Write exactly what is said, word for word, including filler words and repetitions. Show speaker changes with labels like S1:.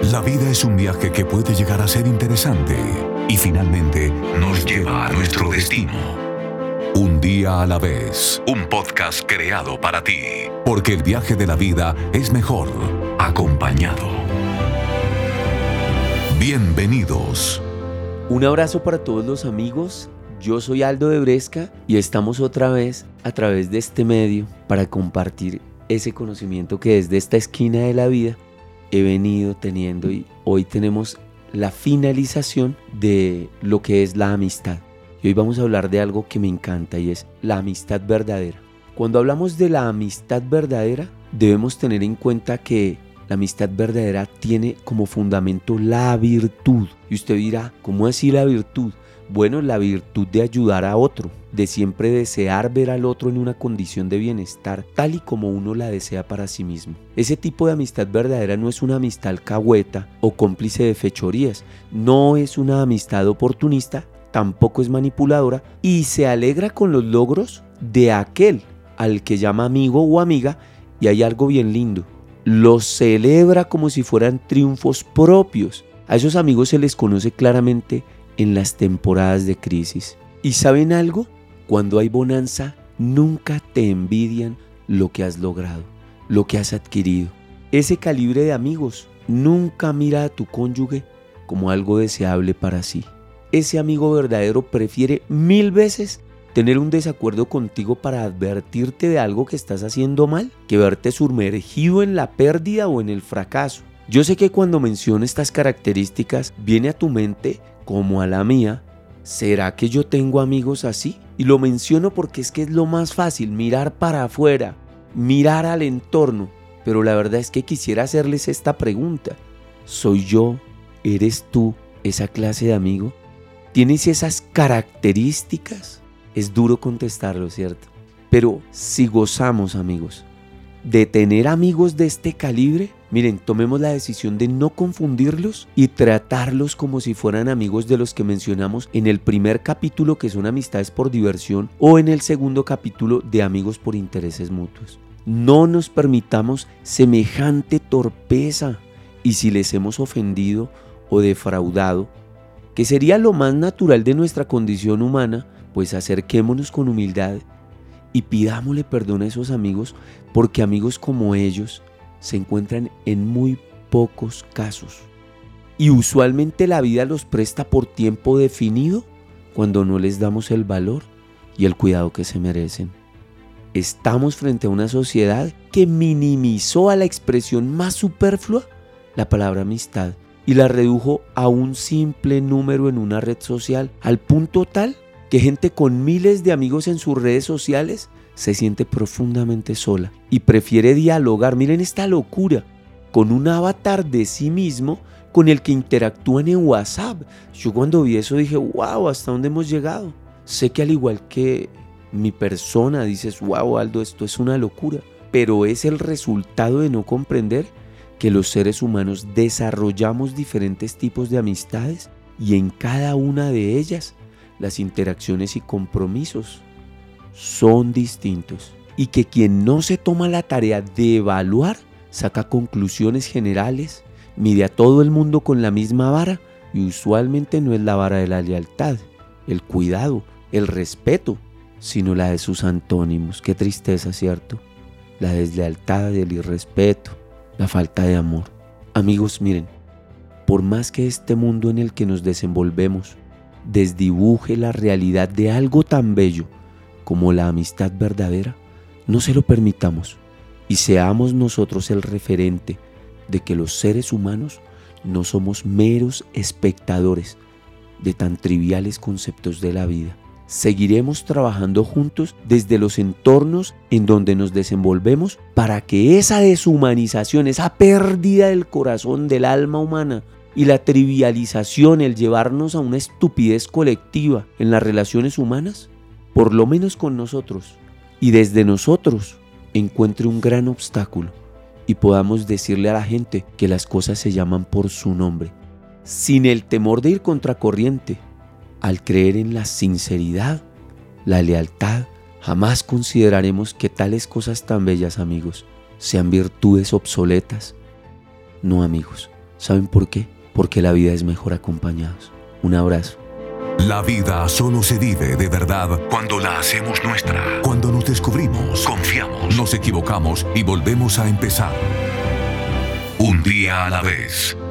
S1: La vida es un viaje que puede llegar a ser interesante y finalmente nos lleva a nuestro destino. Un día a la vez, un podcast creado para ti, porque el viaje de la vida es mejor acompañado. Bienvenidos.
S2: Un abrazo para todos los amigos. Yo soy Aldo de Bresca y estamos otra vez a través de este medio para compartir ese conocimiento que desde esta esquina de la vida he venido teniendo, y hoy tenemos la finalización de lo que es la amistad. Y hoy vamos a hablar de algo que me encanta, y es la amistad verdadera. Cuando hablamos de la amistad verdadera, debemos tener en cuenta que la amistad verdadera tiene como fundamento la virtud. Y usted dirá, ¿cómo así la virtud? Bueno, la virtud de ayudar a otro, de siempre desear ver al otro en una condición de bienestar tal y como uno la desea para sí mismo. Ese tipo de amistad verdadera no es una amistad alcahueta o cómplice de fechorías, no es una amistad oportunista, tampoco es manipuladora y se alegra con los logros de aquel al que llama amigo o amiga, y hay algo bien lindo, los celebra como si fueran triunfos propios. A esos amigos se les conoce claramente en las temporadas de crisis. ¿Y saben algo? Cuando hay bonanza, nunca te envidian lo que has logrado, lo que has adquirido. Ese calibre de amigos nunca mira a tu cónyuge como algo deseable para sí. Ese amigo verdadero prefiere mil veces tener un desacuerdo contigo para advertirte de algo que estás haciendo mal, que verte sumergido en la pérdida o en el fracaso. Yo sé que cuando menciono estas características viene a tu mente, como a la mía, ¿será que yo tengo amigos así? Y lo menciono porque es que es lo más fácil, mirar para afuera, mirar al entorno. Pero la verdad es que quisiera hacerles esta pregunta. ¿Soy yo? ¿Eres tú esa clase de amigo? ¿Tienes esas características? Es duro contestarlo, ¿cierto? Pero si gozamos, amigos, de tener amigos de este calibre, miren, tomemos la decisión de no confundirlos y tratarlos como si fueran amigos de los que mencionamos en el primer capítulo, que son amistades por diversión, o en el segundo capítulo de amigos por intereses mutuos. No nos permitamos semejante torpeza, y si les hemos ofendido o defraudado, que sería lo más natural de nuestra condición humana, pues acerquémonos con humildad y pidámosle perdón a esos amigos, porque amigos como ellos se encuentran en muy pocos casos. Y usualmente la vida los presta por tiempo definido cuando no les damos el valor y el cuidado que se merecen. Estamos frente a una sociedad que minimizó a la expresión más superflua la palabra amistad y la redujo a un simple número en una red social, al punto tal que gente con miles de amigos en sus redes sociales se siente profundamente sola y prefiere dialogar, miren esta locura, con un avatar de sí mismo con el que interactúan en WhatsApp. Yo cuando vi eso dije, wow, ¿hasta dónde hemos llegado? Sé que al igual que mi persona dices, wow, Aldo, esto es una locura, pero es el resultado de no comprender que los seres humanos desarrollamos diferentes tipos de amistades y en cada una de ellas las interacciones y compromisos son distintos, y que quien no se toma la tarea de evaluar saca conclusiones generales, mide a todo el mundo con la misma vara, y usualmente no es la vara de la lealtad, el cuidado, el respeto, sino la de sus antónimos. Qué tristeza, ¿cierto? La deslealtad, el irrespeto, la falta de amor. Amigos, miren, por más que este mundo en el que nos desenvolvemos desdibuje la realidad de algo tan bello como la amistad verdadera, no se lo permitamos y seamos nosotros el referente de que los seres humanos no somos meros espectadores de tan triviales conceptos de la vida. Seguiremos trabajando juntos desde los entornos en donde nos desenvolvemos para que esa deshumanización, esa pérdida del corazón, del alma humana, y la trivialización, el llevarnos a una estupidez colectiva en las relaciones humanas, por lo menos con nosotros y desde nosotros, encuentre un gran obstáculo y podamos decirle a la gente que las cosas se llaman por su nombre, sin el temor de ir contracorriente. Al creer en la sinceridad, la lealtad, jamás consideraremos que tales cosas tan bellas, amigos, sean virtudes obsoletas. No, amigos, ¿Saben por qué? Porque la vida es mejor acompañados. Un abrazo.
S1: La vida solo se vive de verdad cuando la hacemos nuestra. Cuando nos descubrimos, confiamos, nos equivocamos y volvemos a empezar. Un día a la vez.